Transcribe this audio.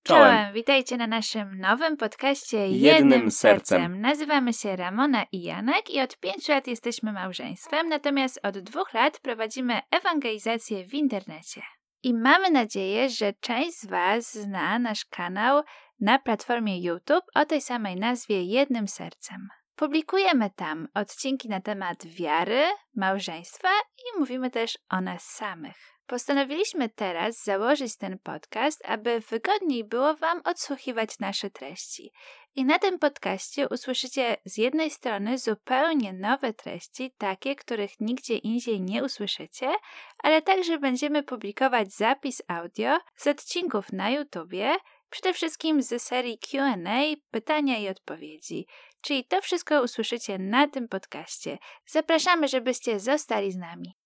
Czołem, witajcie na naszym nowym podcaście Jednym Sercem. Nazywamy się Ramona i Janek i od 5 lat jesteśmy małżeństwem, natomiast od 2 lat prowadzimy ewangelizację w internecie. I mamy nadzieję, że część z Was zna nasz kanał na platformie YouTube o tej samej nazwie Jednym Sercem. Publikujemy tam odcinki na temat wiary, małżeństwa i mówimy też o nas samych. Postanowiliśmy teraz założyć ten podcast, aby wygodniej było Wam odsłuchiwać nasze treści. I na tym podcaście usłyszycie z jednej strony zupełnie nowe treści, takie, których nigdzie indziej nie usłyszycie, ale także będziemy publikować zapis audio z odcinków na YouTubie, przede wszystkim ze serii Q&A, pytania i odpowiedzi. Czyli to wszystko usłyszycie na tym podcaście. Zapraszamy, żebyście zostali z nami.